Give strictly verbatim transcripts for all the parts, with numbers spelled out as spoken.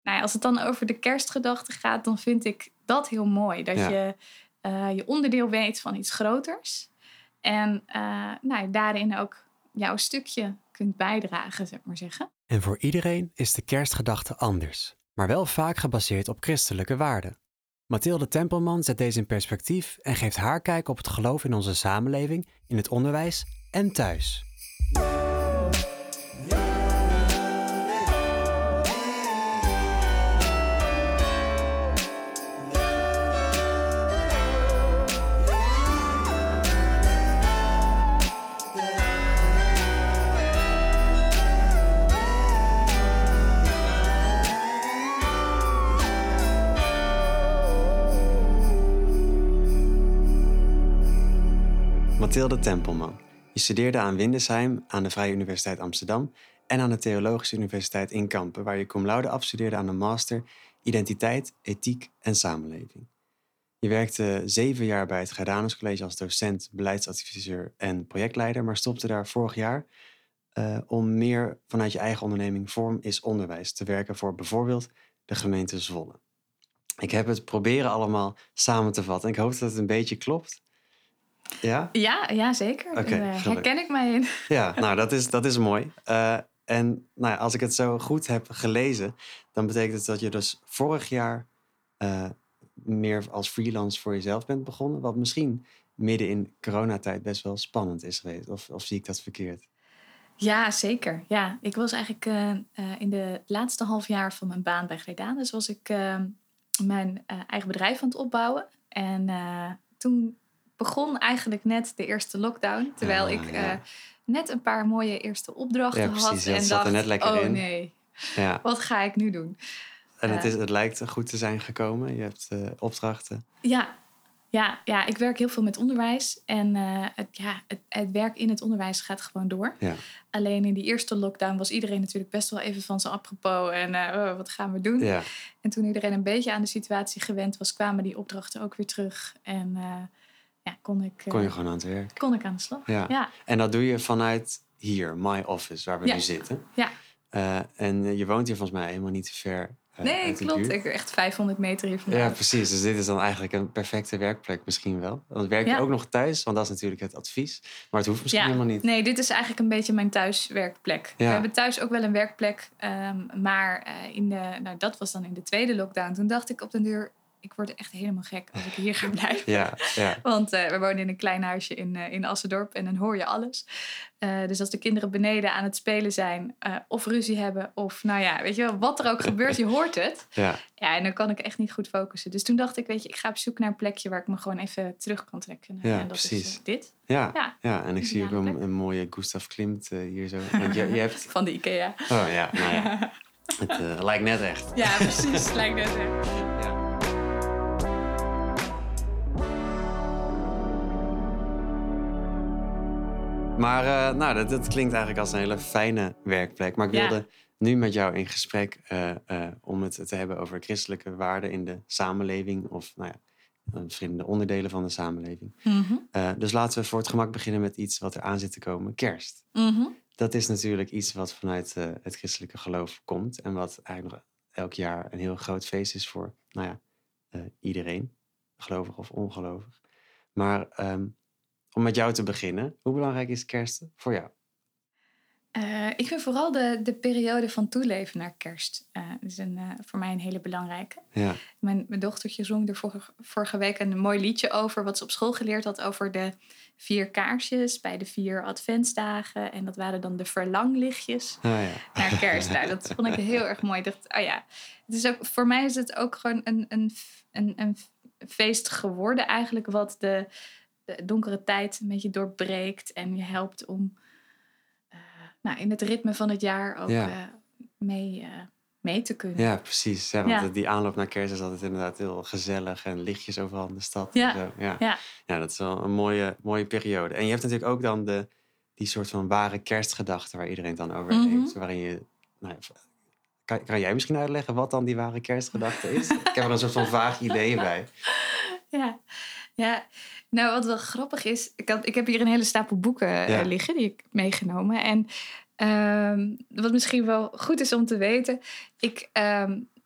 nou ja, als het dan over de kerstgedachte gaat, dan vind ik dat heel mooi. Dat ja. je uh, je onderdeel weet van iets groters. En uh, nou, daarin ook jouw stukje kunt bijdragen, zeg maar zeggen. En voor iedereen is de kerstgedachte anders, maar wel vaak gebaseerd op christelijke waarden. Mathilde Tempelman zet deze in perspectief en geeft haar kijk op het geloof in onze samenleving, in het onderwijs en thuis. Mathilde Tempelman. Je studeerde aan Windesheim, aan de Vrije Universiteit Amsterdam en aan de Theologische Universiteit in Kampen, waar je cum laude afstudeerde aan een master Identiteit, Ethiek en Samenleving. Je werkte zeven jaar bij het Gaidanus College als docent, beleidsadviseur en projectleider, maar stopte daar vorig jaar uh, om meer vanuit je eigen onderneming Vorm is Onderwijs te werken voor bijvoorbeeld de gemeente Zwolle. Ik heb het proberen allemaal samen te vatten en ik hoop dat het een beetje klopt. Ja? Ja, ja zeker. Okay, Daar uh, herken ik mij in. Ja, nou dat is, dat is mooi. Uh, en nou ja, als ik het zo goed heb gelezen, dan betekent het dat je dus vorig jaar uh, meer als freelance voor jezelf bent begonnen. Wat misschien midden in coronatijd best wel spannend is geweest. Of, of zie ik dat verkeerd? Ja, zeker. Ja, ik was eigenlijk uh, uh, in de laatste half jaar van mijn baan bij Gaidanus was ik uh, mijn uh, eigen bedrijf aan het opbouwen. En uh, toen begon eigenlijk net de eerste lockdown. Terwijl ah, ik ja. uh, net een paar mooie eerste opdrachten ja, precies, had. Ja, en zat dacht, er net lekker oh in. nee, ja. wat ga ik nu doen? En het, is, het lijkt goed te zijn gekomen. Je hebt uh, opdrachten. Ja, ja, ja, ik werk heel veel met onderwijs. En uh, het, ja, het, het werk in het onderwijs gaat gewoon door. Ja. Alleen in die eerste lockdown was iedereen natuurlijk best wel even van zijn apropos. En uh, oh, wat gaan we doen? Ja. En toen iedereen een beetje aan de situatie gewend was, kwamen die opdrachten ook weer terug. En uh, ja, kon ik... Uh, kon je gewoon aan het werk. Kon ik aan de slag, ja. ja. En dat doe je vanuit hier, My Office, waar we ja. nu zitten. Ja. Uh, en je woont hier volgens mij helemaal niet te ver. Uh, nee, klopt. Ik echt vijfhonderd meter hier vandaan. Ja, precies. Dus dit is dan eigenlijk een perfecte werkplek misschien wel. Dan werk je ja. ook nog thuis, want dat is natuurlijk het advies. Maar het hoeft misschien ja. helemaal niet. Nee, dit is eigenlijk een beetje mijn thuiswerkplek. Ja. We hebben thuis ook wel een werkplek. Um, maar uh, in de, nou, dat was dan in de tweede lockdown. Toen dacht ik op den duur, ik word echt helemaal gek als ik hier ga blijven. Ja, ja. Want uh, we wonen in een klein huisje in, uh, in Assendorp en dan hoor je alles. Uh, dus als de kinderen beneden aan het spelen zijn, uh, of ruzie hebben, of nou ja, weet je wel, wat er ook gebeurt, je hoort het. Ja. Ja, en dan kan ik echt niet goed focussen. Dus toen dacht ik, weet je, ik ga op zoek naar een plekje waar ik me gewoon even terug kan trekken. Ja, en dat precies. is uh, dit. Ja, ja. ja, en ik zie ook een, een mooie Gustav Klimt uh, hier zo. Want je, je hebt... Van de IKEA. Oh ja, nou ja. Het uh, lijkt net echt. Ja, precies. Het lijkt net echt. Ja. Maar uh, nou, dat, dat klinkt eigenlijk als een hele fijne werkplek. Maar ik wilde ja. nu met jou in gesprek uh, uh, om het te hebben over christelijke waarden in de samenleving. Of nou ja, verschillende onderdelen van de samenleving. Mm-hmm. Uh, dus laten we voor het gemak beginnen met iets wat er aan zit te komen. Kerst. Mm-hmm. Dat is natuurlijk iets wat vanuit uh, het christelijke geloof komt. En wat eigenlijk nog elk jaar een heel groot feest is voor nou ja, uh, iedereen. Gelovig of ongelovig. Maar... Um, Om met jou te beginnen, hoe belangrijk is kerst voor jou? Uh, ik vind vooral de, de periode van toeleven naar kerst. Uh, is een, uh, voor mij een hele belangrijke. Ja. Mijn, mijn dochtertje zong er vorige, vorige week een mooi liedje over... wat ze op school geleerd had over de vier kaarsjes... bij de vier adventsdagen. En dat waren dan de verlanglichtjes oh, ja. naar kerst. Nou, dat vond ik heel erg mooi. Ik dacht, oh ja, het is ook, voor mij is het ook gewoon een, een, een, een feest geworden eigenlijk... wat de... de donkere tijd een beetje doorbreekt en je helpt om uh, nou, in het ritme van het jaar ook ja. uh, mee, uh, mee te kunnen. Ja, precies. Ja, want ja. die aanloop naar kerst is altijd inderdaad heel gezellig en lichtjes overal in de stad. Ja. En zo. Ja. Ja. ja, dat is wel een mooie, mooie periode. En je hebt natuurlijk ook dan de, die soort van ware kerstgedachte waar iedereen het dan over mm-hmm. heeft. Waarin je, nou, kan, kan jij misschien uitleggen wat dan die ware kerstgedachte is? Ik heb er een soort van vaag idee bij. Ja, ja. Nou, wat wel grappig is... Ik, had, ik heb hier een hele stapel boeken ja. uh, liggen die ik heb meegenomen. En um, wat misschien wel goed is om te weten... Ik um,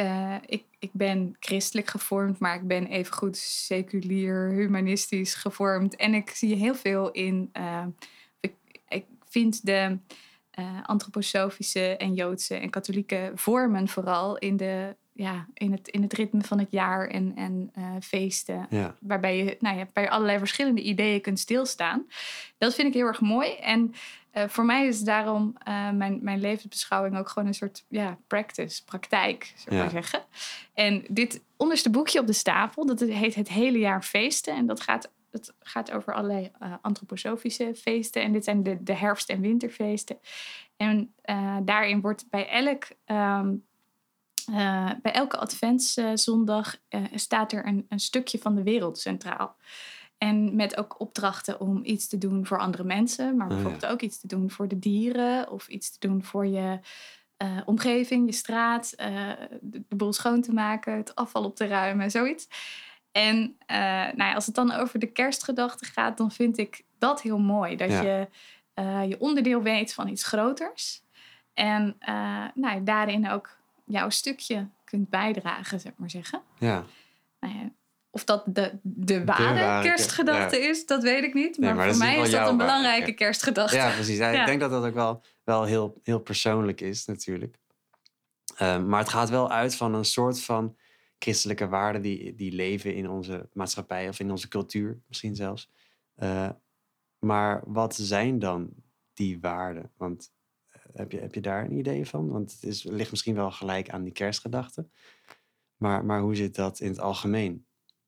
uh, ik, ik ben christelijk gevormd, maar ik ben evengoed seculier, humanistisch gevormd. En ik zie heel veel in... Uh, ik, ik vind de uh, antroposofische en Joodse en katholieke vormen vooral in de... Ja, in het, in het ritme van het jaar en, en uh, feesten. Ja. Waarbij je, nou ja, bij allerlei verschillende ideeën kunt stilstaan. Dat vind ik heel erg mooi. En uh, voor mij is daarom uh, mijn, mijn levensbeschouwing ook gewoon een soort ja, practice, praktijk, zou ik ja. maar zeggen. En dit onderste boekje op de stapel, dat heet Het hele jaar feesten. En dat gaat, dat gaat over allerlei uh, antroposofische feesten. En dit zijn de, de herfst- en winterfeesten. En uh, daarin wordt bij elk... Um, Uh, bij elke adventszondag uh, staat er een, een stukje van de wereld centraal. En met ook opdrachten om iets te doen voor andere mensen. Maar bijvoorbeeld oh, ja. ook iets te doen voor de dieren. Of iets te doen voor je uh, omgeving, je straat. Uh, de, de boel schoon te maken, het afval op te ruimen, zoiets. En uh, nou ja, als het dan over de kerstgedachte gaat, dan vind ik dat heel mooi. Dat ja. je uh, je onderdeel weet van iets groters. En uh, nou, daarin ook... jouw stukje kunt bijdragen, zeg maar zeggen. Ja. Nou ja, of dat de, de, ware, de ware kerstgedachte ja. is, dat weet ik niet. Maar, nee, maar voor mij is, is dat een belangrijke ware. kerstgedachte. Ja, precies. Ja, ja. Ik denk dat dat ook wel, wel heel, heel persoonlijk is, natuurlijk. Um, maar het gaat wel uit van een soort van christelijke waarden die, die leven in onze maatschappij of in onze cultuur, misschien zelfs. Uh, maar wat zijn dan die waarden? Want Heb je, heb je daar een idee van? Want het is, ligt misschien wel gelijk aan die kerstgedachte. Maar, maar hoe zit dat in het algemeen?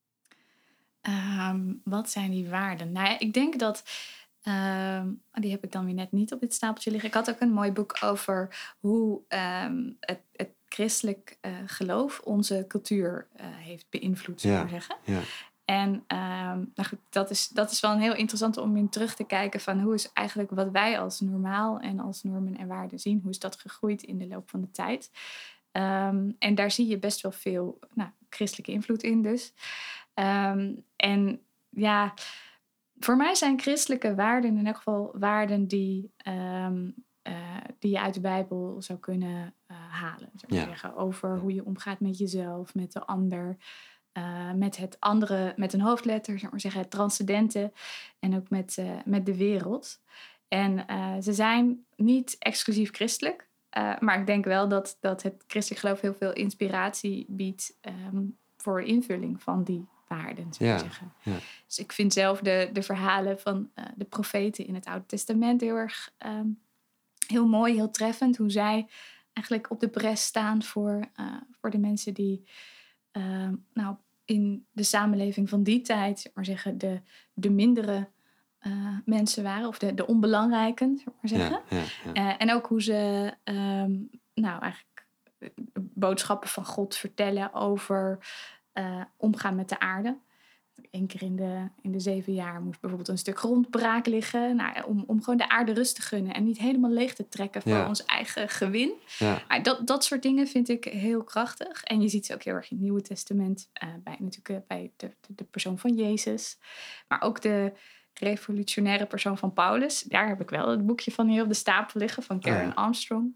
Um, wat zijn die waarden? Nou ja, ik denk dat... Um, die heb ik dan weer net niet op dit stapeltje liggen. Ik had ook een mooi boek over hoe um, het, het christelijk uh, geloof onze cultuur uh, heeft beïnvloed, zou ik ja, maar zeggen. Ja. En um, nou goed, dat, is, dat is wel een heel interessant om in terug te kijken van hoe is eigenlijk wat wij als normaal en als normen en waarden zien, hoe is dat gegroeid in de loop van de tijd. Um, en daar zie je best wel veel nou, christelijke invloed in dus. Um, en ja, voor mij zijn christelijke waarden in elk geval waarden die, um, uh, die je uit de Bijbel zou kunnen uh, halen. Zou ik ja. zeggen, over hoe je omgaat met jezelf, met de ander. Uh, met het andere, met een hoofdletter, zeg maar zeggen, het transcendente. En ook met, uh, met de wereld. En uh, ze zijn niet exclusief christelijk. Uh, maar ik denk wel dat, dat het christelijk geloof heel veel inspiratie biedt um, voor invulling van die waarden, zou ik ja, zeggen. Ja. Dus ik vind zelf de, de verhalen van uh, de profeten in het Oude Testament heel erg um, heel mooi, heel treffend. Hoe zij eigenlijk op de bres staan voor, uh, voor de mensen die... Uh, nou, in de samenleving van die tijd, zeg maar zeggen, de, de mindere uh, mensen waren, of de, de onbelangrijken, zeg maar zeggen. Ja, ja, ja. Uh, en ook hoe ze, um, nou, eigenlijk boodschappen van God vertellen over uh, omgaan met de aarde. Eén keer in de, in de zeven jaar moest bijvoorbeeld een stuk grond braak liggen. Nou, om, om gewoon de aarde rust te gunnen. En niet helemaal leeg te trekken voor ja. ons eigen gewin. Ja. Maar dat, dat soort dingen vind ik heel krachtig. En je ziet ze ook heel erg in het Nieuwe Testament. Uh, bij, natuurlijk bij de, de, de persoon van Jezus. Maar ook de revolutionaire persoon van Paulus. Daar heb ik wel het boekje van hier op de stapel liggen. Van Karen ja. Armstrong.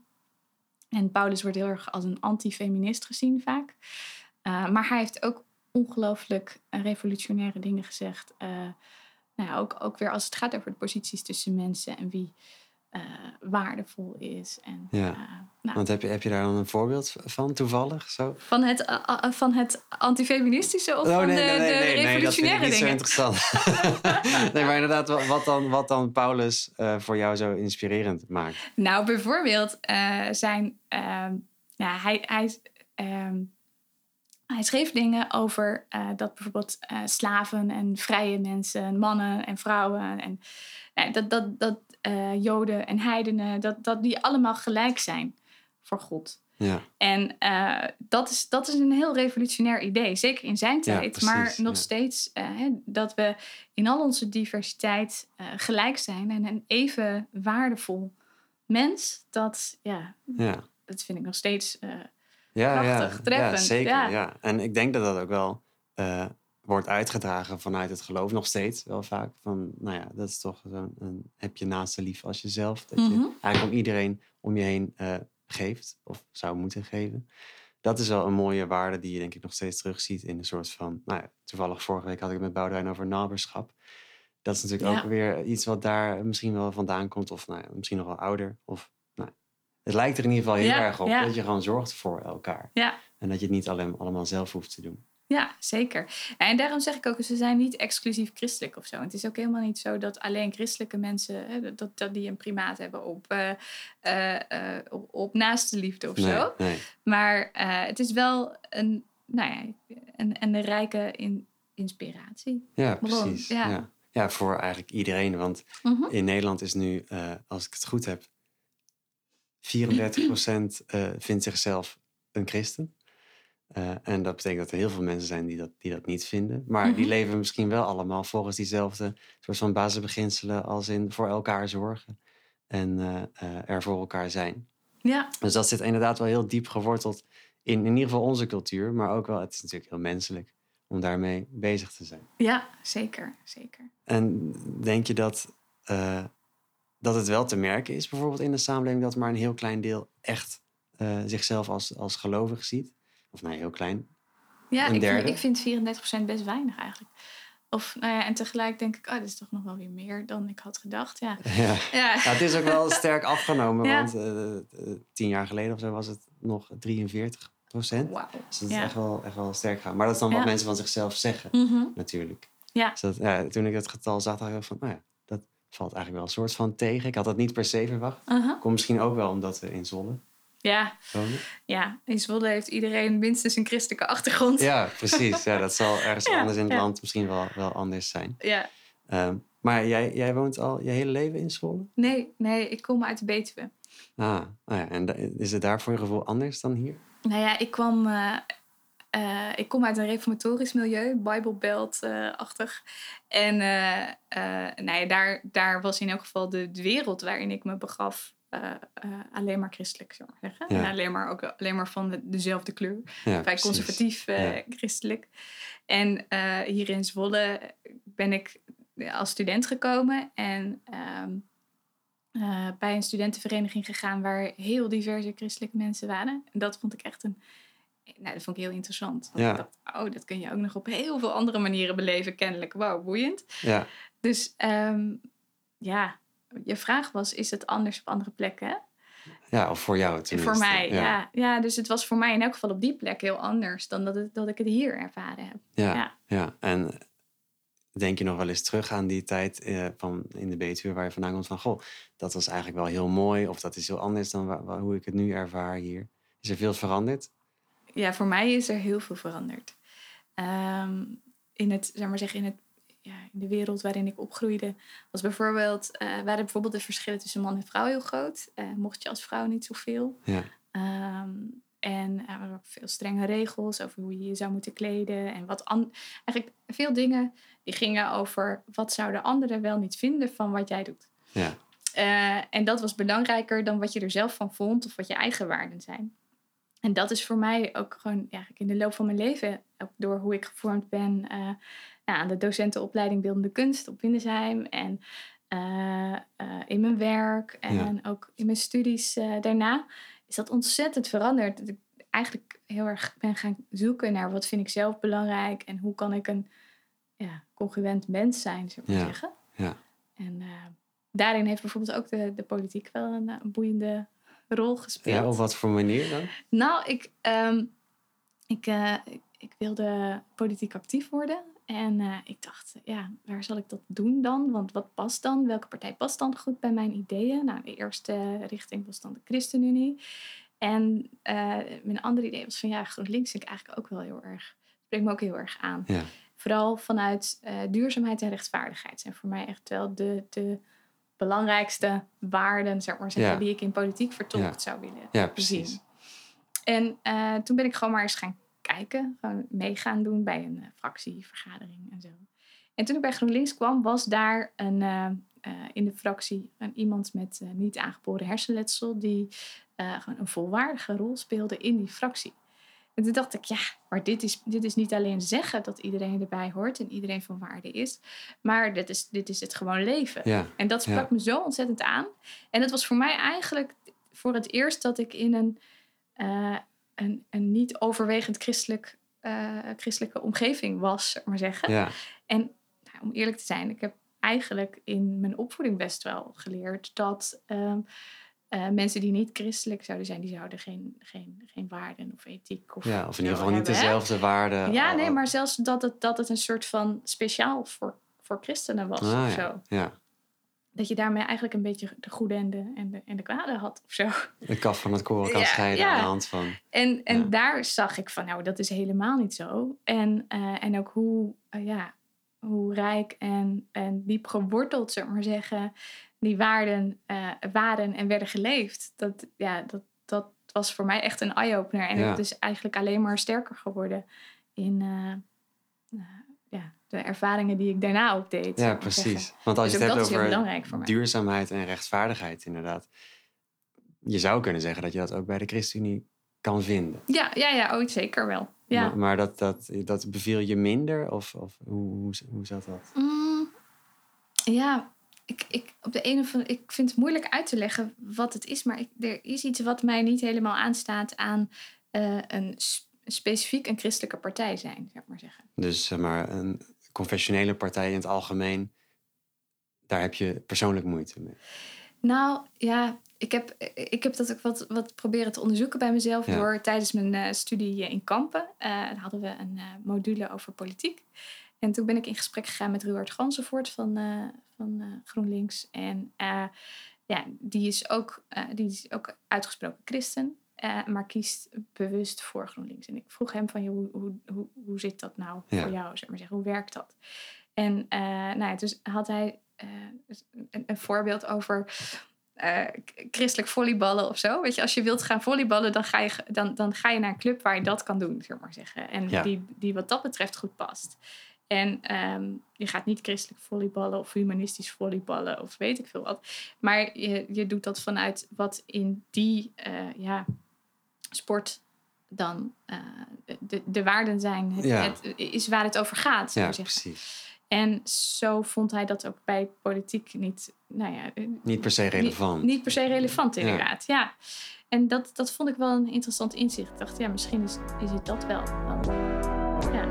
En Paulus wordt heel erg als een antifeminist gezien vaak. Uh, maar hij heeft ook ongelooflijk revolutionaire dingen gezegd. Uh, nou ja, ook, ook weer als het gaat over de posities tussen mensen en wie uh, waardevol is. En, ja. uh, nou, Want heb je, heb je daar dan een voorbeeld van, toevallig? Zo? Van, het, uh, uh, van het antifeministische of oh, van nee, de, nee, nee, de nee, revolutionaire nee, dat vind ik dingen? niet zo interessant. Nee, maar inderdaad, wat dan, wat dan Paulus uh, voor jou zo inspirerend maakt? Nou, bijvoorbeeld uh, zijn... Uh, ja, hij... hij um, Hij schreef dingen over uh, dat bijvoorbeeld uh, slaven en vrije mensen, mannen en vrouwen, en uh, dat, dat, dat uh, Joden en heidenen, dat, dat die allemaal gelijk zijn voor God. Ja. En uh, dat, is, dat is een heel revolutionair idee, zeker in zijn tijd, ja, precies, maar nog ja. steeds uh, hè, dat we in al onze diversiteit uh, gelijk zijn en een even waardevol mens, dat, ja, ja. dat vind ik nog steeds... Uh, Ja, prachtig, ja, treffend. Ja, zeker. Ja. Ja. En ik denk dat dat ook wel uh, wordt uitgedragen vanuit het geloof. Nog steeds wel vaak. Van, nou ja, dat is toch zo'n... Een, heb je naaste lief als jezelf. Dat mm-hmm. je eigenlijk om iedereen om je heen uh, geeft. Of zou moeten geven. dat is wel een mooie waarde die je denk ik nog steeds terugziet in een soort van... Nou ja, toevallig vorige week had ik het met Boudewijn over naberschap. Dat is natuurlijk Ja. ook weer iets wat daar misschien wel vandaan komt. Of nou ja, misschien nog wel ouder. Of, nou, het lijkt er in ieder geval heel Ja, erg op ja. dat je gewoon zorgt voor elkaar. Ja. En dat je het niet alleen, allemaal zelf hoeft te doen. Ja, zeker. En daarom zeg ik ook, ze zijn niet exclusief christelijk of zo. Het is ook helemaal niet zo dat alleen christelijke mensen, hè, dat, dat die een primaat hebben op, uh, uh, uh, op, op naaste liefde of Nee, zo. nee. Maar uh, het is wel een, nou ja, een, een rijke in, inspiratie. Ja, Bron. precies. Ja. Ja. Ja, voor eigenlijk iedereen. Want Mm-hmm. in Nederland is nu, uh, als ik het goed heb, vierendertig procent uh, vindt zichzelf een christen. Uh, en dat betekent dat er heel veel mensen zijn die dat, die dat niet vinden. Maar mm-hmm. die leven misschien wel allemaal volgens diezelfde soort van basisbeginselen als in voor elkaar zorgen. En uh, uh, er voor elkaar zijn. Ja. Dus dat zit inderdaad wel heel diep geworteld in in ieder geval onze cultuur. Maar ook wel, het is natuurlijk heel menselijk om daarmee bezig te zijn. Ja, zeker. zeker. En denk je dat, uh, dat het wel te merken is bijvoorbeeld in de samenleving... dat maar een heel klein deel echt uh, zichzelf als, als gelovig ziet? Of nee, heel klein. Ja, een ik derde. vind, ik vind vierendertig procent best weinig eigenlijk. Of, nou ja, en tegelijk denk ik, oh, dit is toch nog wel weer meer dan ik had gedacht. Ja, ja. ja. ja het is ook wel sterk afgenomen. Ja. Want uh, uh, tien jaar geleden of zo was het nog drieënveertig procent. Wow. Dus dat ja. is echt wel, echt wel sterk gaan. Maar dat is dan ja. wat mensen van zichzelf zeggen, mm-hmm. natuurlijk. Ja. Dus dat, ja, toen ik het getal zag, dacht ik van, nou ja, dat valt eigenlijk wel een soort van tegen. Ik had dat niet per se verwacht. Uh-huh. Komt misschien ook wel omdat we in Zwolle ja. wonen. Ja, in Zwolle heeft iedereen minstens een christelijke achtergrond. Ja, precies. Ja, dat zal ergens ja. anders in het ja. land misschien wel, wel anders zijn. Ja. Um, maar jij, jij woont al je hele leven in Zwolle? Nee, nee, ik kom uit de Betuwe. Ah, oh ja, en da- is het daar voor je gevoel anders dan hier? Nou ja, ik kwam... Uh, uh, ik kom uit een reformatorisch milieu, Bible Belt-achtig. Uh, en uh, uh, nou ja, daar, daar was in elk geval de, de wereld waarin ik me begaf... Uh, uh, alleen maar christelijk, zou ik maar zeggen. Ja. En alleen maar, ook alleen maar van de, dezelfde kleur. Ja, Vrij precies. conservatief uh, ja. christelijk. En uh, hier in Zwolle ben ik als student gekomen. En um, uh, bij een studentenvereniging gegaan... waar heel diverse christelijke mensen waren. En dat vond ik echt een... Nou, dat vond ik heel interessant. Want ja. ik dacht, oh, dat kun je ook nog op heel veel andere manieren beleven. Kennelijk, wauw, boeiend. Ja. Dus um, ja... Je vraag was, is het anders op andere plekken? Ja, of voor jou tenminste. Voor mij, ja. ja. ja. Dus het was voor mij in elk geval op die plek heel anders... dan dat, het, dat ik het hier ervaren heb. Ja, ja. ja. En denk je nog wel eens terug aan die tijd uh, van in de Betuwe... waar je vandaan komt van... goh, dat was eigenlijk wel heel mooi... of dat is heel anders dan wa- wa- hoe ik het nu ervaar hier. Is er veel veranderd? Ja, voor mij is er heel veel veranderd. Um, in het, zeg maar zeggen, in het Ja, in de wereld waarin ik opgroeide, was bijvoorbeeld, uh, waren bijvoorbeeld de verschillen tussen man en vrouw heel groot. Uh, mocht je als vrouw niet zoveel. Ja. Um, en er waren ook veel strenge regels over hoe je je zou moeten kleden. En wat an- eigenlijk veel dingen die gingen over wat zouden anderen wel niet vinden van wat jij doet. Ja. Uh, en dat was belangrijker dan wat je er zelf van vond of wat je eigen waarden zijn. En dat is voor mij ook gewoon ja, in de loop van mijn leven, ook door hoe ik gevormd ben... Uh, Ja, aan de docentenopleiding Beeldende Kunst op Windesheim. En uh, uh, in mijn werk. En ja. ook in mijn studies uh, daarna. Is dat ontzettend veranderd. Dat ik eigenlijk heel erg ben gaan zoeken naar wat vind ik zelf belangrijk. En hoe kan ik een ja, congruent mens zijn, zou ik maar ja. zeggen. Ja. En uh, daarin heeft bijvoorbeeld ook de, de politiek wel een, een boeiende rol gespeeld. Ja, op wat voor manier dan? Nou, ik, um, ik, uh, ik, ik wilde politiek actief worden. En uh, ik dacht, ja, waar zal ik dat doen dan? Want wat past dan? Welke partij past dan goed bij mijn ideeën? Nou, de eerste richting was dan de ChristenUnie. En uh, mijn andere idee was van, ja, GroenLinks vind ik eigenlijk ook wel heel erg... spreekt me ook heel erg aan. Ja. Vooral vanuit uh, duurzaamheid en rechtvaardigheid zijn voor mij echt wel de, de belangrijkste waarden, zeg maar zeggen, ja. die ik in politiek vertolkt ja. zou willen ja, precies. zien. En uh, toen ben ik gewoon maar eens gaan kijken, gewoon mee gaan doen bij een uh, fractievergadering en zo. En toen ik bij GroenLinks kwam, was daar een, uh, uh, in de fractie een, iemand met uh, niet aangeboren hersenletsel die uh, gewoon een volwaardige rol speelde in die fractie. En toen dacht ik, ja, maar dit is, dit is niet alleen zeggen dat iedereen erbij hoort en iedereen van waarde is, maar dit is, dit is het gewoon leven. Ja, en dat sprak ja. me zo ontzettend aan. En het was voor mij eigenlijk voor het eerst dat ik in een... Uh, een, een niet overwegend christelijk, uh, christelijke omgeving was, zeg maar zeggen. Ja. En nou, om eerlijk te zijn, ik heb eigenlijk in mijn opvoeding best wel geleerd dat um, uh, mensen die niet christelijk zouden zijn, die zouden geen, geen, geen waarden of ethiek of Ja, of in ieder geval hebben, niet dezelfde hè? waarden. Ja, nee, maar zelfs dat het, dat het een soort van speciaal voor, voor christenen was ah, of ja. zo. Ja. Dat je daarmee eigenlijk een beetje de goede en de, en de, en de kwade had of zo. De kaf van het koren kan Ja, scheiden ja. aan de hand van. En, en Ja. daar zag ik van, nou, dat is helemaal niet zo. En, uh, en ook hoe, uh, ja, hoe rijk en, en diep geworteld, zeg maar zeggen, die waarden uh, waren en werden geleefd. Dat, ja, dat, dat was voor mij echt een eye-opener. En Ja. het is eigenlijk alleen maar sterker geworden in uh, uh, ja, de ervaringen die ik daarna ook deed. Ja, precies. Zeggen. Want als Dus je het ook hebt dat over duurzaamheid en rechtvaardigheid, inderdaad. Je zou kunnen zeggen dat je dat ook bij de ChristenUnie kan vinden. Ja, ja, ja, ooit zeker wel. Ja. Maar, maar dat, dat, dat beviel je minder? Of, of hoe, hoe, hoe zat dat? Mm, ja, ik, ik, op de ene van, ik vind het moeilijk uit te leggen wat het is. Maar ik, er is iets wat mij niet helemaal aanstaat aan uh, een sp- specifiek een christelijke partij zijn, zou ik maar zeggen. Dus zeg maar een confessionele partij in het algemeen, daar heb je persoonlijk moeite mee? Nou, ja, ik heb, ik heb dat ook wat, wat proberen te onderzoeken bij mezelf ja. door tijdens mijn uh, studie in Kampen. Uh, dan hadden we een uh, module over politiek. En toen ben ik in gesprek gegaan met Ruard Ganzenvoort van, uh, van uh, GroenLinks. En uh, ja, die is, ook, uh, die is ook uitgesproken christen, uh, maar kiest bewust voor GroenLinks. En ik vroeg hem van, hoe, hoe, hoe, hoe zit dat nou ja. voor jou? Zeg maar zeggen, hoe werkt dat? En uh, nou ja, dus had hij uh, een, een voorbeeld over uh, christelijk volleyballen of zo. Weet je, als je wilt gaan volleyballen, dan ga je, dan, dan ga je naar een club waar je dat kan doen, zeg maar zeggen. En ja. die, die wat dat betreft goed past. En um, je gaat niet christelijk volleyballen of humanistisch volleyballen of weet ik veel wat. Maar je, je doet dat vanuit wat in die uh, ja, sport dan uh, de, de waarden zijn. Het, ja. het is waar het over gaat, zou ja, zeggen. Precies. En zo vond hij dat ook bij politiek niet... Nou ja, niet per se relevant. Niet, niet per se relevant, inderdaad. Ja. ja. En dat, dat vond ik wel een interessant inzicht. Ik dacht, ja, misschien is, is het dat wel. Dan, ja.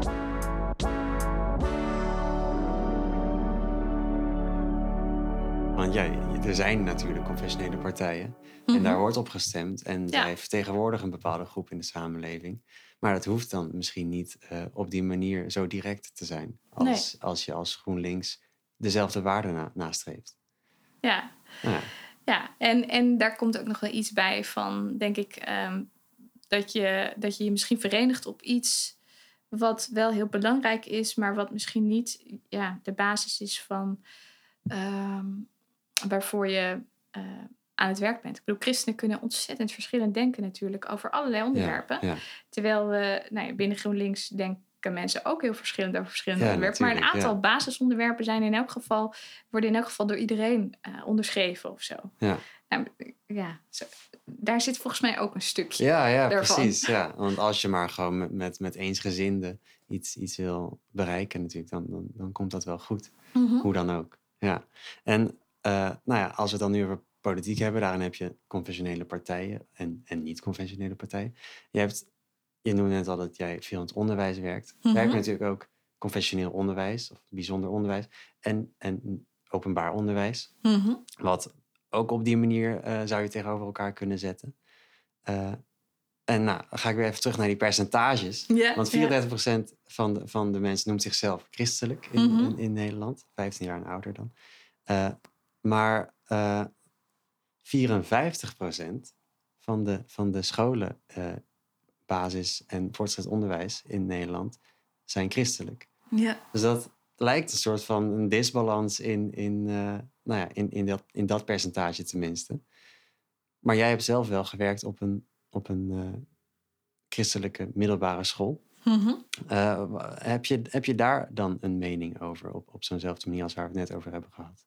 Want ja, er zijn natuurlijk confessionele partijen. Mm-hmm. En daar wordt op gestemd. En ja. zij vertegenwoordigen een bepaalde groep in de samenleving. Maar dat hoeft dan misschien niet uh, op die manier zo direct te zijn. Als, nee. als je als GroenLinks dezelfde waarden na, nastreeft. Ja, ja. ja. En, en daar komt ook nog wel iets bij van, denk ik... Um, dat, je, dat je je misschien verenigt op iets wat wel heel belangrijk is... maar wat misschien niet ja, de basis is van... Um, waarvoor je uh, aan het werk bent. Ik bedoel, christenen kunnen ontzettend verschillend denken natuurlijk over allerlei onderwerpen. Ja, ja. Terwijl we nou ja, binnen GroenLinks denken mensen ook heel verschillend over verschillende ja, onderwerpen. Maar een aantal ja. basisonderwerpen zijn in elk geval, worden in elk geval door iedereen uh, onderschreven of zo. Ja. Nou, ja, zo, daar zit volgens mij ook een stukje Ja, ja daarvan. Precies. Ja. Want als je maar gewoon met, met, met eensgezinden iets, iets wil bereiken natuurlijk, dan, dan, dan komt dat wel goed. Mm-hmm. Hoe dan ook. Ja. En Uh, nou ja, als we het dan nu over politiek hebben, daarin heb je confessionele partijen en, en niet-confessionele partijen. Je, hebt, je noemde net al dat jij veel in het onderwijs werkt. Mm-hmm. Wij hebben natuurlijk ook confessioneel onderwijs, of bijzonder onderwijs, en, en openbaar onderwijs. Mm-hmm. Wat ook op die manier uh, zou je tegenover elkaar kunnen zetten. Uh, en nou, dan ga ik weer even terug naar die percentages. Yeah, Want vierendertig procent yeah. van, de, van de mensen noemt zichzelf christelijk in, mm-hmm. in, in Nederland. vijftien jaar en ouder dan. Uh, Maar uh, vierenvijftig procent van de, van de scholen, uh, basis- en voortgezet onderwijs in Nederland, zijn christelijk. Ja. Dus dat lijkt een soort van een disbalans in, in, uh, nou ja, in, in, dat, in dat percentage tenminste. Maar jij hebt zelf wel gewerkt op een, op een uh, christelijke middelbare school. Mm-hmm. Uh, heb, je, heb je daar dan een mening over op, op zo'nzelfde manier als waar we het net over hebben gehad?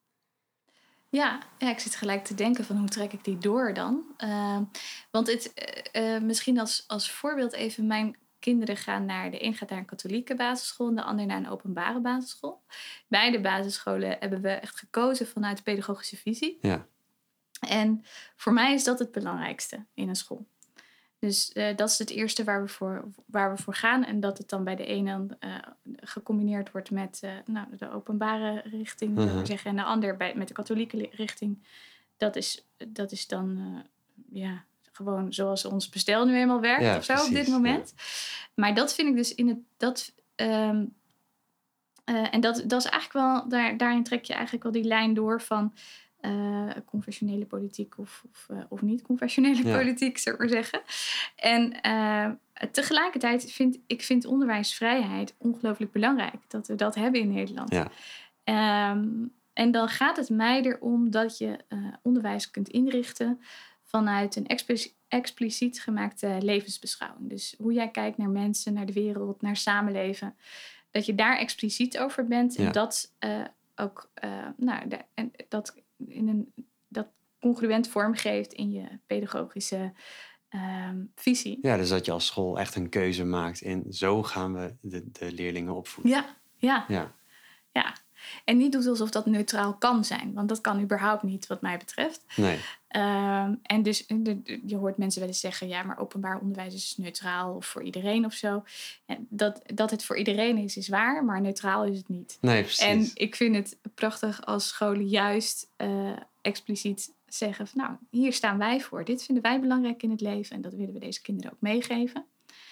Ja, ja, ik zit gelijk te denken van hoe trek ik die door dan? Uh, want het, uh, misschien als, als voorbeeld even, mijn kinderen gaan naar, de een gaat naar een katholieke basisschool en de ander naar een openbare basisschool. Beide basisscholen hebben we echt gekozen vanuit de pedagogische visie. Ja. En voor mij is dat het belangrijkste in een school. Dus uh, dat is het eerste waar we, voor, waar we voor gaan. En dat het dan bij de ene uh, gecombineerd wordt met uh, nou, de openbare richting. Uh-huh. We zeggen, en de ander bij, met de katholieke richting. Dat is, dat is dan uh, ja, gewoon zoals ons bestel nu eenmaal werkt ja, of zo precies, op dit moment. Ja. Maar dat vind ik dus in het... Dat, um, uh, en dat, dat is eigenlijk wel... Daar, daarin trek je eigenlijk wel die lijn door van... Uh, conventionele politiek of, of, uh, of niet conventionele ja. politiek, zou ik maar zeggen. En uh, tegelijkertijd vind ik vind onderwijsvrijheid ongelooflijk belangrijk. Dat we dat hebben in Nederland. Ja. Um, en dan gaat het mij erom dat je uh, onderwijs kunt inrichten vanuit een expliciet, expliciet gemaakte levensbeschouwing. Dus hoe jij kijkt naar mensen, naar de wereld, naar samenleven. Dat je daar expliciet over bent. Ja. En dat uh, ook uh, nou, de, en dat in een dat congruent vormgeeft in je pedagogische um, visie. Ja, dus dat je als school echt een keuze maakt in zo gaan we de, de leerlingen opvoeden. Ja, ja, ja, ja. En niet doet alsof dat neutraal kan zijn, want dat kan überhaupt niet wat mij betreft. Nee. Um, en dus de, de, je hoort mensen wel eens zeggen, ja, maar openbaar onderwijs is neutraal of voor iedereen of zo. En dat, dat het voor iedereen is, is waar, maar neutraal is het niet. Nee, precies. En ik vind het prachtig als scholen juist uh, expliciet zeggen van, nou, hier staan wij voor. Dit vinden wij belangrijk in het leven en dat willen we deze kinderen ook meegeven.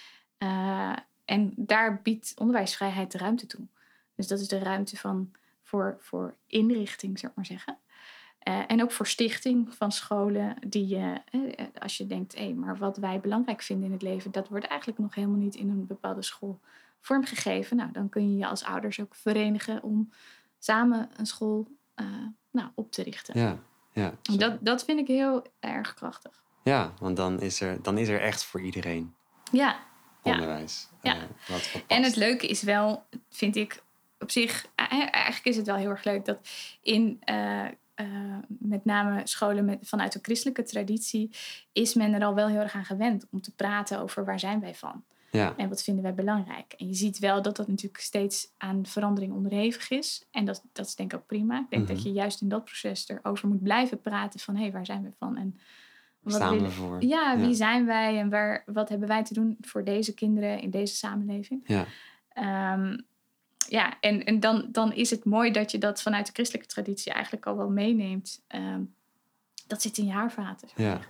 Uh, en daar biedt onderwijsvrijheid de ruimte toe. Dus dat is de ruimte van, voor, voor inrichting, zou ik maar zeggen. Uh, en ook voor stichting van scholen die, uh, als je denkt, hé, hey, maar wat wij belangrijk vinden in het leven, dat wordt eigenlijk nog helemaal niet in een bepaalde school vormgegeven. Nou, dan kun je je als ouders ook verenigen om samen een school uh, nou, op te richten. Ja, ja. Dat, dat vind ik heel erg krachtig. Ja, want dan is er, dan is er echt voor iedereen ja, onderwijs. Ja. Uh, wat, wat en het leuke is wel, vind ik op zich, eigenlijk is het wel heel erg leuk dat in... Uh, Uh, met name scholen met, vanuit de christelijke traditie, is men er al wel heel erg aan gewend om te praten over waar zijn wij van. Ja. En wat vinden wij belangrijk. En je ziet wel dat dat natuurlijk steeds aan verandering onderhevig is. En dat, dat is denk ik ook prima. Ik denk mm-hmm. dat je juist in dat proces erover moet blijven praten van hé, hey, waar zijn we van? En wat staan willen, we voor? Ja, wie ja. zijn wij en waar, wat hebben wij te doen voor deze kinderen in deze samenleving? Ja. Um, Ja, en, en dan, dan is het mooi dat je dat vanuit de christelijke traditie eigenlijk al wel meeneemt. Um, dat zit in je haarvaten. Zo ja.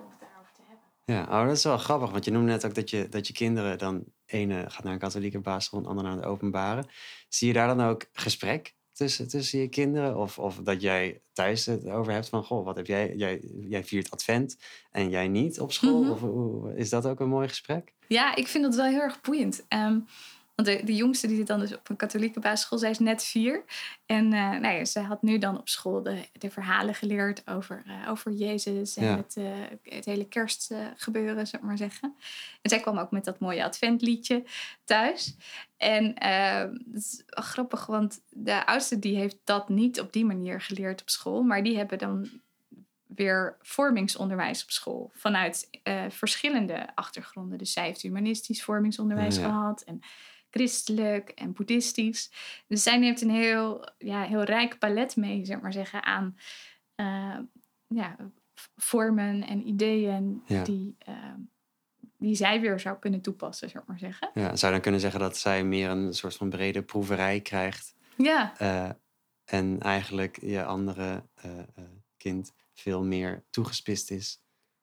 Ja, oh, dat is wel grappig. Want je noemde net ook dat je, dat je kinderen dan... ene gaat naar een katholieke basisschool en de andere naar de openbare. Zie je daar dan ook gesprek tussen, tussen je kinderen? Of, of dat jij thuis het over hebt van... goh, wat heb jij, jij... Jij viert advent en jij niet op school? Mm-hmm. Of hoe, is dat ook een mooi gesprek? Ja, ik vind dat wel heel erg boeiend. Um, Want de, de jongste die zit dan dus op een katholieke basisschool, zij is net vier. En uh, nou ja, ze had nu dan op school de, de verhalen geleerd over, uh, over Jezus en ja. het, uh, het hele kerstgebeuren, zou ik maar zeggen. En zij kwam ook met dat mooie adventliedje thuis. En uh, dat is wel grappig, want de oudste die heeft dat niet op die manier geleerd op school. Maar die hebben dan weer vormingsonderwijs op school. Vanuit uh, verschillende achtergronden. Dus zij heeft humanistisch vormingsonderwijs ja. gehad en christelijk en boeddhistisch. Dus zij neemt een heel, ja, heel rijk palet mee, zeg maar zeggen, aan uh, ja, vormen en ideeën ja. die, uh, die zij weer zou kunnen toepassen, zeg maar zeggen. Ja, zou je dan kunnen zeggen dat zij meer een soort van brede proeverij krijgt? Ja. Uh, en eigenlijk je andere uh, uh, kind veel meer toegespitst is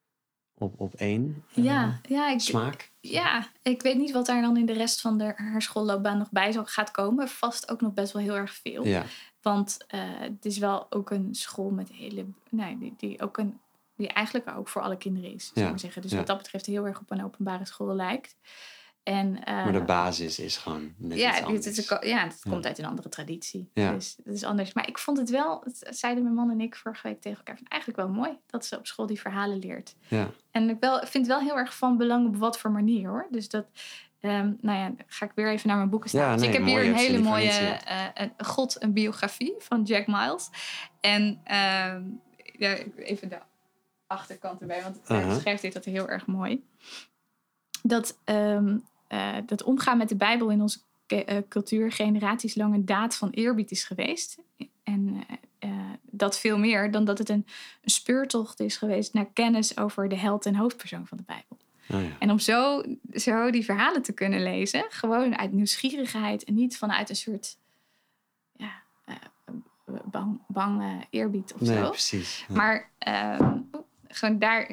op, op één uh, ja, ja, ik, smaak? Ja, ik weet niet wat daar dan in de rest van de, haar schoolloopbaan nog bij zal gaat komen. Vast ook nog best wel heel erg veel. Ja. Want uh, het is wel ook een school met hele... Nee, die, die, ook een, die eigenlijk ook voor alle kinderen is, zou ik maar zeggen. Dus ja. wat dat betreft heel erg op een openbare school lijkt. En, uh, maar de basis is gewoon net ja, iets anders. Het, is, ja, het ja. komt uit een andere traditie. Ja. Dus dat is anders. Maar ik vond het wel, het zeiden mijn man en ik vorige week tegen elkaar, eigenlijk wel mooi dat ze op school die verhalen leert. Ja. En ik wel, vind het wel heel erg van belang op wat voor manier, hoor. Dus dat, um, nou ja, ga ik weer even naar mijn boeken staan. Ja, dus nee, ik heb mooi, hier een hele mooie uh, een, God, een biografie van Jack Miles. En um, ja, even de achterkant erbij, want hij uh-huh. schrijft dit dat heel erg mooi. Dat... Um, Uh, dat omgaan met de Bijbel in onze uh, cultuur generaties lang een daad van eerbied is geweest. En uh, uh, dat veel meer dan dat het een, een speurtocht is geweest naar kennis over de held en hoofdpersoon van de Bijbel. Oh ja. En om zo, zo die verhalen te kunnen lezen, gewoon uit nieuwsgierigheid en niet vanuit een soort ja, uh, bang, bang uh, eerbied of Nee, zo. precies. Ja. Maar uh, gewoon daar,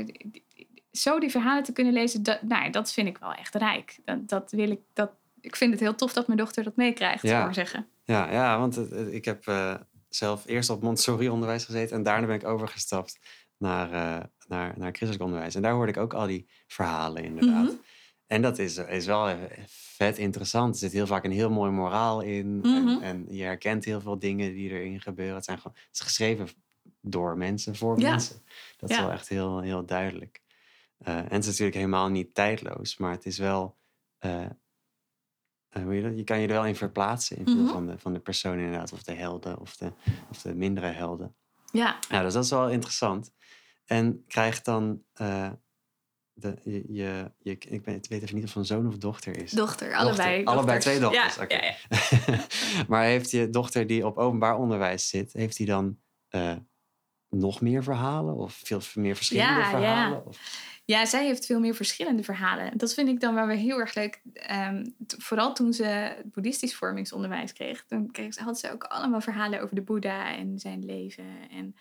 zo die verhalen te kunnen lezen, dat, nou, dat vind ik wel echt rijk. Dat, dat wil ik, dat, ik vind het heel tof dat mijn dochter dat meekrijgt, Ja. zou ik maar zeggen. Ja, ja, want het, het, ik heb uh, zelf eerst op Montessori-onderwijs gezeten en daarna ben ik overgestapt naar, uh, naar, naar christelijk onderwijs. En daar hoorde ik ook al die verhalen inderdaad. Mm-hmm. En dat is, is wel vet interessant. Er zit heel vaak een heel mooi moraal in. Mm-hmm. En, en je herkent heel veel dingen die erin gebeuren. Het, zijn gewoon, het is geschreven door mensen, voor Ja. mensen. Dat is Ja. wel echt heel, heel duidelijk. Uh, en het is natuurlijk helemaal niet tijdloos. Maar het is wel... Uh, uh, hoe je, dat? Je kan je er wel in verplaatsen. In veel Mm-hmm. van, de, van de personen inderdaad. Of de helden. Of de, of de mindere helden. Ja. Ja, dus dat is wel interessant. En krijgt dan... Uh, De, je, je, je, ik, ben, ik weet even niet of het een zoon of dochter is. Dochter, dochter. allebei. Allebei dochters. twee dochters. Ja, Okay. ja, ja. Maar heeft je dochter die op openbaar onderwijs zit, heeft die dan uh, nog meer verhalen? Of veel meer verschillende ja, verhalen? Ja. Of? Ja, zij heeft veel meer verschillende verhalen. Dat vind ik dan wel weer heel erg leuk. Um, t- vooral toen ze het boeddhistisch vormingsonderwijs kreeg. Toen kreeg, had ze ook allemaal verhalen over de Boeddha en zijn leven. En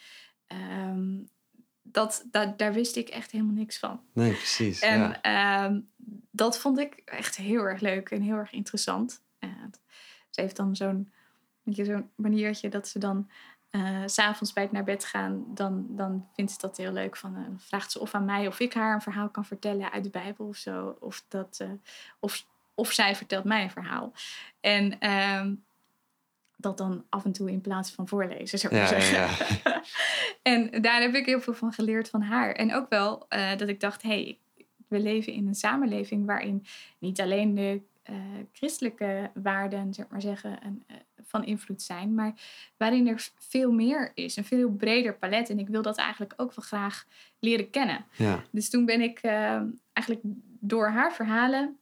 um, dat, dat, daar wist ik echt helemaal niks van. Nee, precies. En ja. um, dat vond ik echt heel erg leuk en heel erg interessant. Uh, ze heeft dan zo'n, weet je, zo'n maniertje dat ze dan... Uh, 's avonds bij het naar bed gaan, dan, dan vindt ze dat heel leuk. Van, uh, vraagt ze of aan mij of ik haar een verhaal kan vertellen uit de Bijbel of zo. Of, dat, uh, of, of zij vertelt mij een verhaal. En uh, dat dan af en toe in plaats van voorlezen, zou ik ja, maar zeggen. Ja, ja. En daar heb ik heel veel van geleerd van haar. En ook wel uh, dat ik dacht, hé, hey, we leven in een samenleving waarin niet alleen de uh, christelijke waarden, zeg maar zeggen, een, uh, van invloed zijn, maar waarin er veel meer is, een veel breder palet. En ik wil dat eigenlijk ook wel graag leren kennen. Ja. Dus toen ben ik uh, eigenlijk door haar verhalen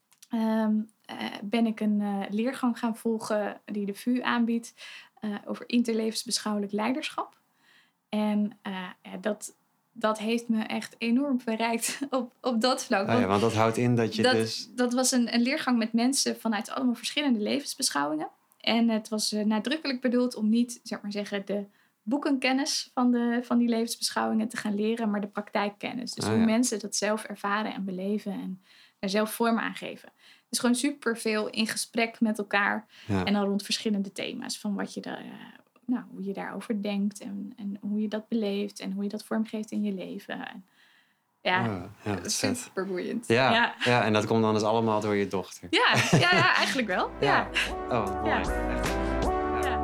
um, uh, ben ik een uh, leergang gaan volgen die de V U aanbiedt uh, over interlevensbeschouwelijk leiderschap. En uh, ja, dat, dat heeft me echt enorm verrijkt op, op dat vlak. Oh ja, want dat houdt in dat je dat, dus... Dat was een, een leergang met mensen vanuit allemaal verschillende levensbeschouwingen. En het was uh, nadrukkelijk bedoeld om niet, zeg maar zeggen, de boekenkennis van, de, van die levensbeschouwingen te gaan leren, maar de praktijkkennis. Dus oh, hoe ja. mensen dat zelf ervaren en beleven en daar zelf vorm aan geven. Dus gewoon superveel in gesprek met elkaar. Ja. En dan rond verschillende thema's van wat je daar... Uh, Nou, hoe je daarover denkt en, en hoe je dat beleeft en hoe je dat vormgeeft in je leven. En ja, oh, ja, dat is super boeiend. Ja, ja. ja, en dat komt dan dus allemaal door je dochter. Ja, ja, ja eigenlijk wel. Ja. ja. Oh, mooi. Ja. Echt. Ja.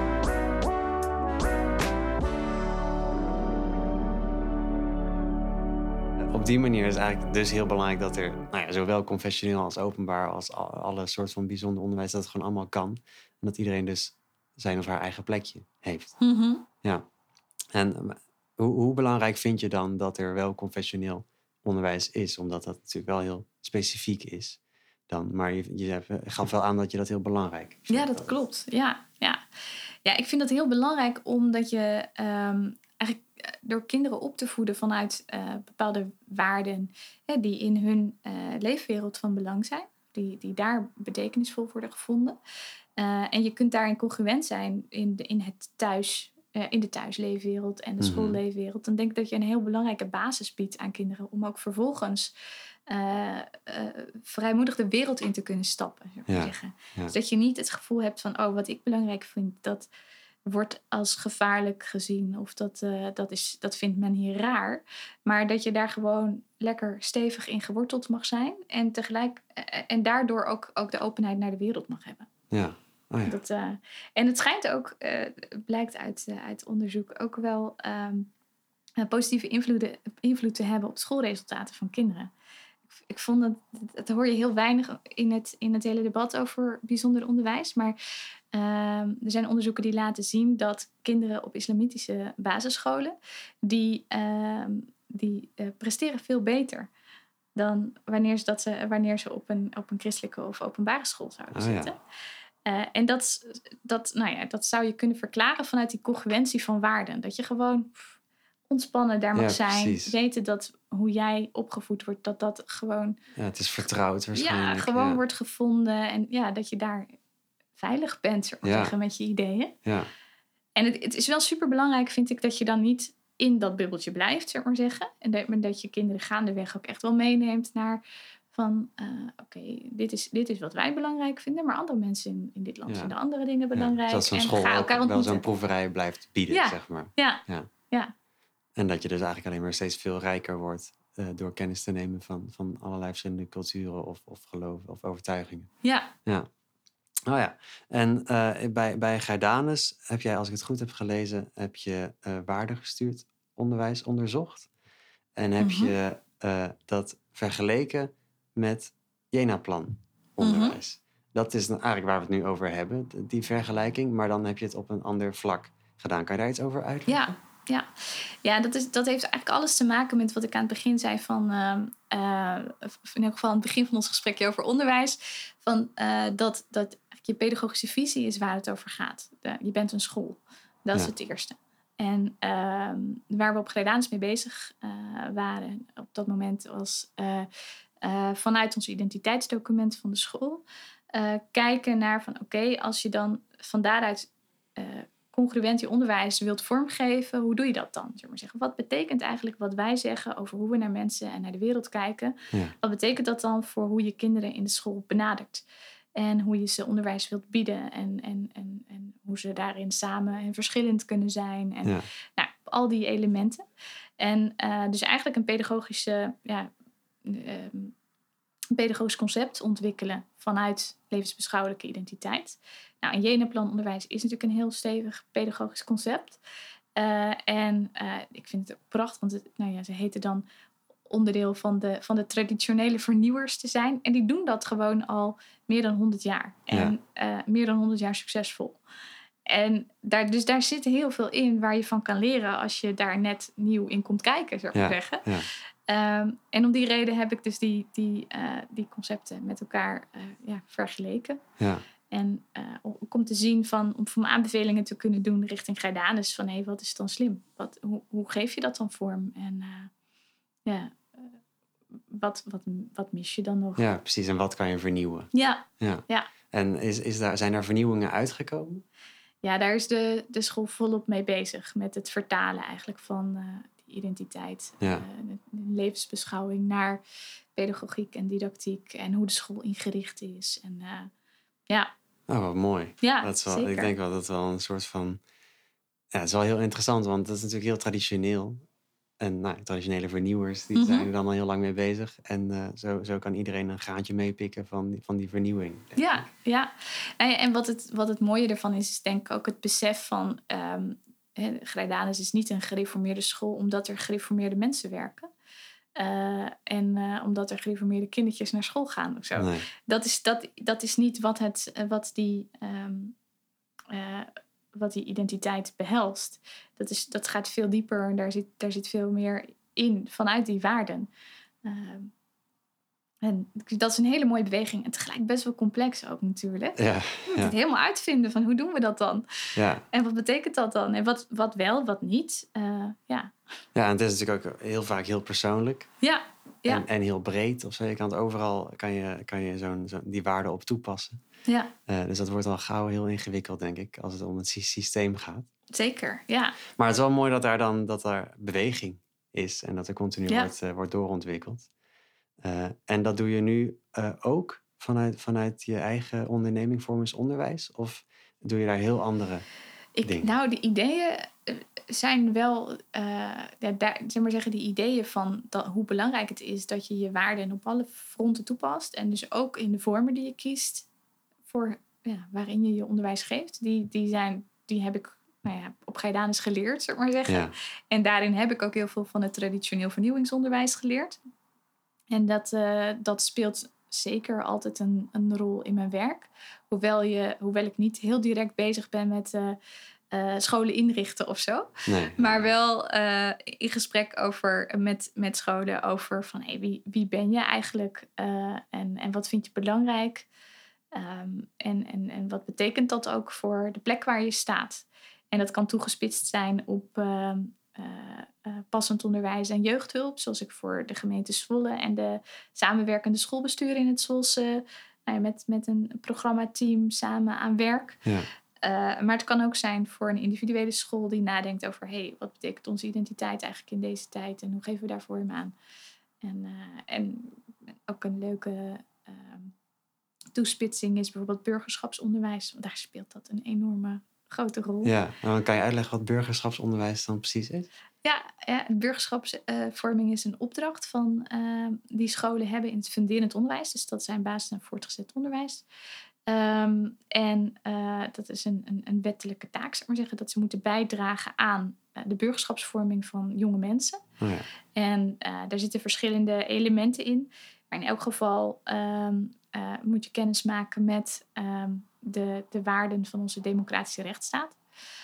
Op die manier is het eigenlijk dus heel belangrijk dat er, nou ja, zowel confessioneel als openbaar als alle soorten van bijzonder onderwijs, dat het gewoon allemaal kan. En dat iedereen dus zijn of haar eigen plekje heeft. Mm-hmm. Ja. En hoe, hoe belangrijk vind je dan dat er wel confessioneel onderwijs is? Omdat dat natuurlijk wel heel specifiek is. Dan, maar je, je gaf wel aan dat je dat heel belangrijk vindt. Ja, dat klopt. Ja, ja. ja, ik vind dat heel belangrijk omdat je um, eigenlijk door kinderen op te voeden vanuit uh, bepaalde waarden hè, die in hun uh, leefwereld van belang zijn. Die, die daar betekenisvol worden gevonden. Uh, en je kunt daarin congruent zijn in, de, in, het thuis, uh, in de thuisleefwereld en de Mm-hmm. schoolleefwereld. Dan denk ik dat je een heel belangrijke basis biedt aan kinderen om ook vervolgens uh, uh, vrijmoedig de wereld in te kunnen stappen. Zou ik Ja, zeggen. ja. Dus dat je niet het gevoel hebt van, oh, wat ik belangrijk vind, dat wordt als gevaarlijk gezien. Of dat, uh, dat, is, dat vindt men hier raar. Maar dat je daar gewoon lekker stevig in geworteld mag zijn. En tegelijk uh, en daardoor ook, ook de openheid naar de wereld mag hebben. Ja. Oh ja. Dat, uh, en het schijnt ook, uh, blijkt uit, uh, uit onderzoek, ook wel um, positieve invloeden, invloed te hebben op schoolresultaten van kinderen. Ik, ik vond dat, dat hoor je heel weinig in het, in het hele debat over bijzonder onderwijs. Maar uh, er zijn onderzoeken die laten zien dat kinderen op islamitische basisscholen, die, uh, die uh, presteren veel beter dan wanneer ze, dat ze, wanneer ze op, een, op een christelijke of openbare school zouden Oh, zitten. ja. Uh, en dat, dat, nou ja, dat zou je kunnen verklaren vanuit die congruentie van waarden. Dat je gewoon pff, ontspannen daar mag Ja, zijn. precies. Weten dat hoe jij opgevoed wordt, dat dat gewoon... Ja, het is vertrouwd Ja, waarschijnlijk. gewoon ja. wordt gevonden. En ja, dat je daar veilig bent, zeg maar Ja. zeggen, met je ideeën. Ja. En het, het is wel super belangrijk, vind ik, dat je dan niet in dat bubbeltje blijft, zeg maar zeggen. En dat, maar dat je kinderen gaandeweg ook echt wel meeneemt naar van... Uh, Oké, okay, dit, is, dit is wat wij belangrijk vinden, maar andere mensen in, in dit land Ja. vinden andere dingen belangrijk. Ja, dat zo'n en school ga elkaar ook wel ontmoeten. zo'n proeverij blijft bieden, Ja. zeg maar. Ja. Ja. ja. En dat je dus eigenlijk alleen maar steeds veel rijker wordt uh, door kennis te nemen van, van allerlei verschillende culturen of, of geloven of overtuigingen. Ja. Ja. Oh ja. En uh, bij, bij Gaerdanus heb jij, als ik het goed heb gelezen, heb je uh, waardegestuurd onderwijs onderzocht. En heb mm-hmm. je uh, dat vergeleken met Jenaplan onderwijs. Mm-hmm. Dat is dan eigenlijk waar we het nu over hebben, die vergelijking. Maar dan heb je het op een ander vlak gedaan. Kan je daar iets over uitleggen? Ja. Ja, ja dat, is, dat heeft eigenlijk alles te maken met wat ik aan het begin zei van... Uh, uh, in elk geval aan het begin van ons gesprekje over onderwijs. Van, uh, dat, dat je pedagogische visie is waar het over gaat. De, je bent een school. Dat ja. is het eerste. En uh, waar we op Gaerdanus mee bezig uh, waren op dat moment was... Uh, uh, vanuit ons identiteitsdocument van de school... Uh, kijken naar van oké, okay, als je dan van daaruit... Uh, congruent je onderwijs wilt vormgeven, hoe doe je dat dan? Zeg maar zeggen. Wat betekent eigenlijk wat wij zeggen over hoe we naar mensen en naar de wereld kijken? Ja. Wat betekent dat dan voor hoe je kinderen in de school benadert? En hoe je ze onderwijs wilt bieden en, en, en, en hoe ze daarin samen en verschillend kunnen zijn. En ja. nou, al die elementen. En uh, dus eigenlijk een pedagogische... Ja, um, een pedagogisch concept ontwikkelen vanuit levensbeschouwelijke identiteit. Nou, een Jenaplan onderwijs is natuurlijk een heel stevig pedagogisch concept. Uh, en uh, ik vind het ook prachtig, want het, nou ja, ze heten dan onderdeel van de, van de traditionele vernieuwers te zijn. En die doen dat gewoon al meer dan honderd jaar. En ja. uh, meer dan honderd jaar succesvol. En daar, dus daar zit heel veel in waar je van kan leren als je daar net nieuw in komt kijken, zou ik ja. maar zeggen. Ja. Um, en om die reden heb ik dus die, die, uh, die concepten met elkaar uh, ja, vergeleken. Ja. En uh, ook om te zien, van, om voor me aanbevelingen te kunnen doen richting Gaerdanus. Van hé, hey, wat is dan slim? Wat, hoe, hoe geef je dat dan vorm? En uh, ja, uh, wat, wat, wat mis je dan nog? Ja, precies. En wat kan je vernieuwen? Ja. ja. ja. En is, is daar, zijn daar vernieuwingen uitgekomen? Ja, daar is de, de school volop mee bezig. Met het vertalen eigenlijk van... Uh, identiteit, ja. uh, levensbeschouwing naar pedagogiek en didactiek en hoe de school ingericht is. En uh, ja. Oh, wat mooi. Ja, dat is wel, zeker. Ik denk wel dat het wel een soort van... Ja, het is wel heel interessant, want dat is natuurlijk heel traditioneel. En nou, traditionele vernieuwers, die mm-hmm. zijn er dan al heel lang mee bezig. En uh, zo, zo kan iedereen een graantje meepikken van die, van die vernieuwing. Ja, ja. En, en wat, het, wat het mooie ervan is, is denk ik ook het besef van... Um, Gaerdanus is niet een gereformeerde school omdat er gereformeerde mensen werken. Uh, en uh, omdat er gereformeerde kindertjes naar school gaan of zo. Nee. Dat, is, dat, dat is niet wat, het, wat, die, um, uh, wat die identiteit behelst. Dat, is, dat gaat veel dieper en daar zit, daar zit veel meer in vanuit die waarden. Uh, En dat is een hele mooie beweging. En tegelijk best wel complex ook natuurlijk. Ja, je moet ja. het helemaal uitvinden van hoe doen we dat dan? Ja. En wat betekent dat dan? En wat, wat wel, wat niet? Uh, ja. ja, en het is natuurlijk ook heel vaak heel persoonlijk. Ja. ja. En, en heel breed. Of zo. Je kan het overal kan je, kan je zo'n, zo, die waarden op toepassen. Ja. Uh, dus dat wordt al gauw heel ingewikkeld, denk ik. Als het om het systeem gaat. Zeker, ja. Maar het is wel mooi dat daar dan dat er beweging is. En dat er continu ja. wordt, uh, wordt doorontwikkeld. Uh, en dat doe je nu uh, ook vanuit, vanuit je eigen onderneming Vormens Onderwijs? Of doe je daar heel andere ik, dingen? Nou, de ideeën zijn wel... Uh, ja, daar, zeg maar zeggen, die ideeën van dat, hoe belangrijk het is... dat je je waarden op alle fronten toepast. En dus ook in de vormen die je kiest... voor ja, waarin je je onderwijs geeft. Die, die, zijn, die heb ik nou ja, op Gaerdanus geleerd, zeg maar zeggen. Ja. En daarin heb ik ook heel veel van het traditioneel vernieuwingsonderwijs geleerd... En dat, uh, dat speelt zeker altijd een, een rol in mijn werk. Hoewel, je, hoewel ik niet heel direct bezig ben met uh, uh, scholen inrichten of zo. Nee. Maar wel uh, in gesprek over, met, met scholen over van hey, wie, wie ben je eigenlijk? Uh, en, en wat vind je belangrijk? Um, en, en, en wat betekent dat ook voor de plek waar je staat? En dat kan toegespitst zijn op... Uh, uh, uh, passend onderwijs en jeugdhulp. Zoals ik voor de gemeente Zwolle en de samenwerkende schoolbesturen in het Zwolse nou ja, met, met een programmateam samen aan werk. Ja. Uh, maar het kan ook zijn voor een individuele school die nadenkt over hey, wat betekent onze identiteit eigenlijk in deze tijd en hoe geven we daar vorm aan. En, uh, en ook een leuke uh, toespitsing is bijvoorbeeld burgerschapsonderwijs. Want daar speelt dat een enorme grote rol. Ja, en dan kan je uitleggen wat burgerschapsonderwijs dan precies is? Ja, ja burgerschapsvorming uh, is een opdracht van uh, die scholen hebben in het funderend onderwijs. Dus dat zijn basis- en voortgezet onderwijs. Um, en uh, dat is een, een, een wettelijke taak, zeg maar zeggen, dat ze moeten bijdragen aan uh, de burgerschapsvorming van jonge mensen. Oh ja. En uh, daar zitten verschillende elementen in. Maar in elk geval um, uh, moet je kennis maken met um, de, de waarden van onze democratische rechtsstaat.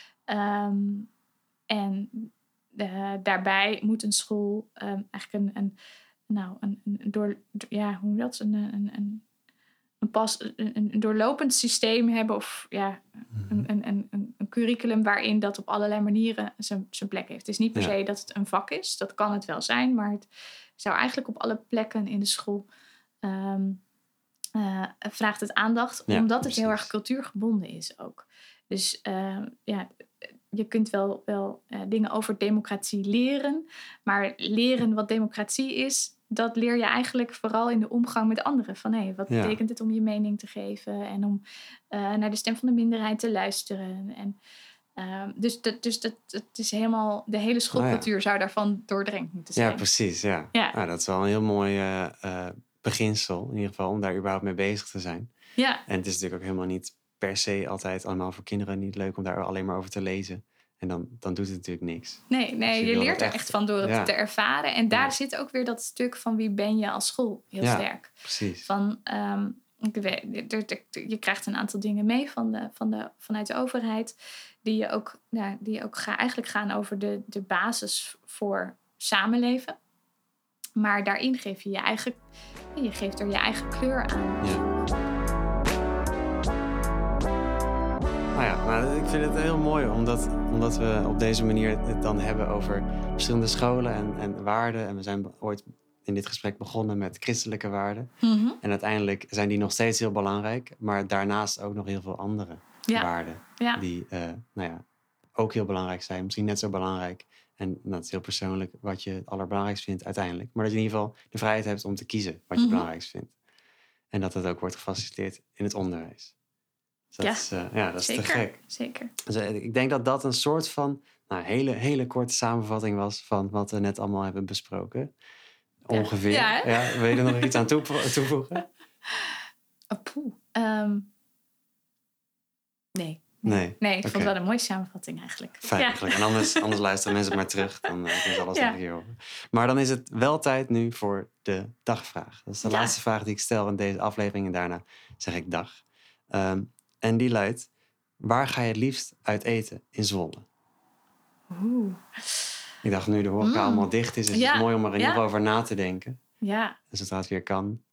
Um, en uh, daarbij moet een school um, eigenlijk een, een, nou, een, een door, ja, hoe dat, een, een, een Een, pas, een, een doorlopend systeem hebben of ja, een, een, een, een curriculum waarin dat op allerlei manieren zijn, zijn plek heeft. Het is niet per se ja. dat het een vak is, dat kan het wel zijn, maar het zou eigenlijk op alle plekken in de school um, uh, vraagt het aandacht, ja, omdat precies. het heel erg cultuurgebonden is ook. Dus uh, ja, je kunt wel, wel uh, dingen over democratie leren, maar leren wat democratie is, dat leer je eigenlijk vooral in de omgang met anderen. Van hé, hey, wat ja. betekent het om je mening te geven en om uh, naar de stem van de minderheid te luisteren. En, uh, dus dat, dus dat, dat is helemaal, de hele schoolcultuur oh ja. zou daarvan doordrenkt moeten zijn. Ja, precies. Ja. Ja. Nou, dat is wel een heel mooi uh, uh, beginsel, in ieder geval, om daar überhaupt mee bezig te zijn. Ja. En het is natuurlijk ook helemaal niet per se altijd allemaal voor kinderen niet leuk om daar alleen maar over te lezen. En dan, dan doet het natuurlijk niks. Nee, nee dus je, je leert er echt, echt van door het ja. te ervaren. En daar ja. zit ook weer dat stuk van wie ben je als school heel ja, sterk. Precies. Van, um, ik weet, er, er, je krijgt een aantal dingen mee van de, van de, vanuit de overheid. Die, je ook, ja, die ook ga, eigenlijk gaan over de, de basis voor samenleven. Maar daarin geef je je eigen, je geeft er je eigen kleur aan. Ja. Nou ja, maar ik vind het heel mooi omdat, omdat we op deze manier het dan hebben over verschillende scholen en, en waarden. En we zijn ooit in dit gesprek begonnen met christelijke waarden. Mm-hmm. En uiteindelijk zijn die nog steeds heel belangrijk. Maar daarnaast ook nog heel veel andere ja. waarden. Ja. Die uh, nou ja, ook heel belangrijk zijn. Misschien net zo belangrijk. En dat is heel persoonlijk wat je het allerbelangrijkst vindt uiteindelijk. Maar dat je in ieder geval de vrijheid hebt om te kiezen wat je mm-hmm. het belangrijkst vindt. En dat dat ook wordt gefaciliteerd in het onderwijs. Dus dat ja, is, uh, ja, dat is zeker, te gek. Zeker. Dus, uh, ik denk dat dat een soort van nou, hele, hele korte samenvatting was van wat we net allemaal hebben besproken. Ongeveer. Ja, ja, ja, wil je er nog iets aan toevoegen? Oh, poeh. Um, nee. Nee. Nee, ik okay. vond het wel een mooie samenvatting eigenlijk. Fijn ja. eigenlijk. En anders, anders luisteren mensen maar terug. Dan uh, kunnen ze alles ja. nog een keer horen. Maar dan is het wel tijd nu voor de dagvraag. Dat is de ja. laatste vraag die ik stel in deze aflevering. En daarna zeg ik dag. Um, en die luidt: waar ga je het liefst uit eten in Zwolle? Oeh. Ik dacht, nu de horeca mm. allemaal dicht is, is ja. het mooi om er in ieder geval ja. over na te denken. Ja. En zodra het weer kan.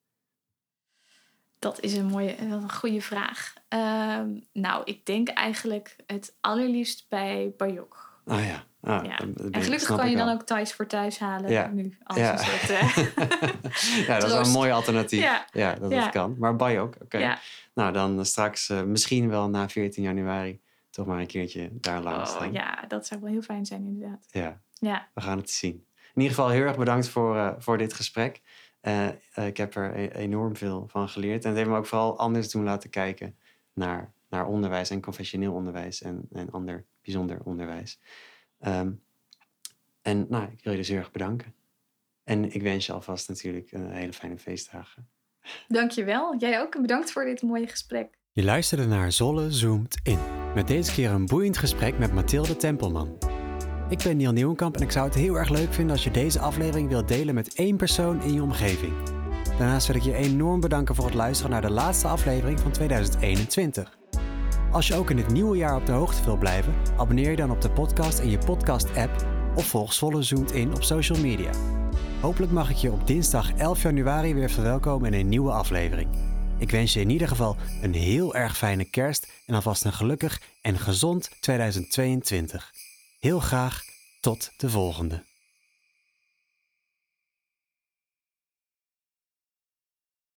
Dat is een mooie, een goede vraag. Um, nou, ik denk eigenlijk het allerliefst bij Bayok. Ah ja. Ah, ja. En gelukkig kan je dan ook Thais voor thuis halen ja. nu. Als ja. een soort, uh, ja, dat is wel een mooi alternatief. Ja, ja dat ja. het kan. Maar Bayok, oké. Okay. Ja. Nou, dan uh, straks uh, misschien wel na veertien januari toch maar een keertje daar langs oh, staan. Ja, dat zou wel heel fijn zijn inderdaad. Ja, ja. we gaan het zien. In ieder geval heel erg bedankt voor, uh, voor dit gesprek. Uh, uh, ik heb er e- enorm veel van geleerd. En het heeft me ook vooral anders doen laten kijken naar, naar onderwijs en confessioneel onderwijs en, en ander bijzonder onderwijs. Um, en nou, ik wil je dus heel erg bedanken. En ik wens je alvast natuurlijk een hele fijne feestdagen. Dank je wel. Jij ook. En bedankt voor dit mooie gesprek. Je luisterde naar Zwolle Zoomt In. Met deze keer een boeiend gesprek met Mathilde Tempelman. Ik ben Neil Nieuwenkamp en ik zou het heel erg leuk vinden als je deze aflevering wilt delen met één persoon in je omgeving. Daarnaast wil ik je enorm bedanken voor het luisteren naar de laatste aflevering van tweeduizend eenentwintig. Als je ook in het nieuwe jaar op de hoogte wilt blijven, abonneer je dan op de podcast in je podcast-app of volg Zwolle Zoomt In op social media. Hopelijk mag ik je op dinsdag elf januari weer verwelkomen in een nieuwe aflevering. Ik wens je in ieder geval een heel erg fijne kerst en alvast een gelukkig en gezond tweeduizend tweeëntwintig. Heel graag Tot de volgende.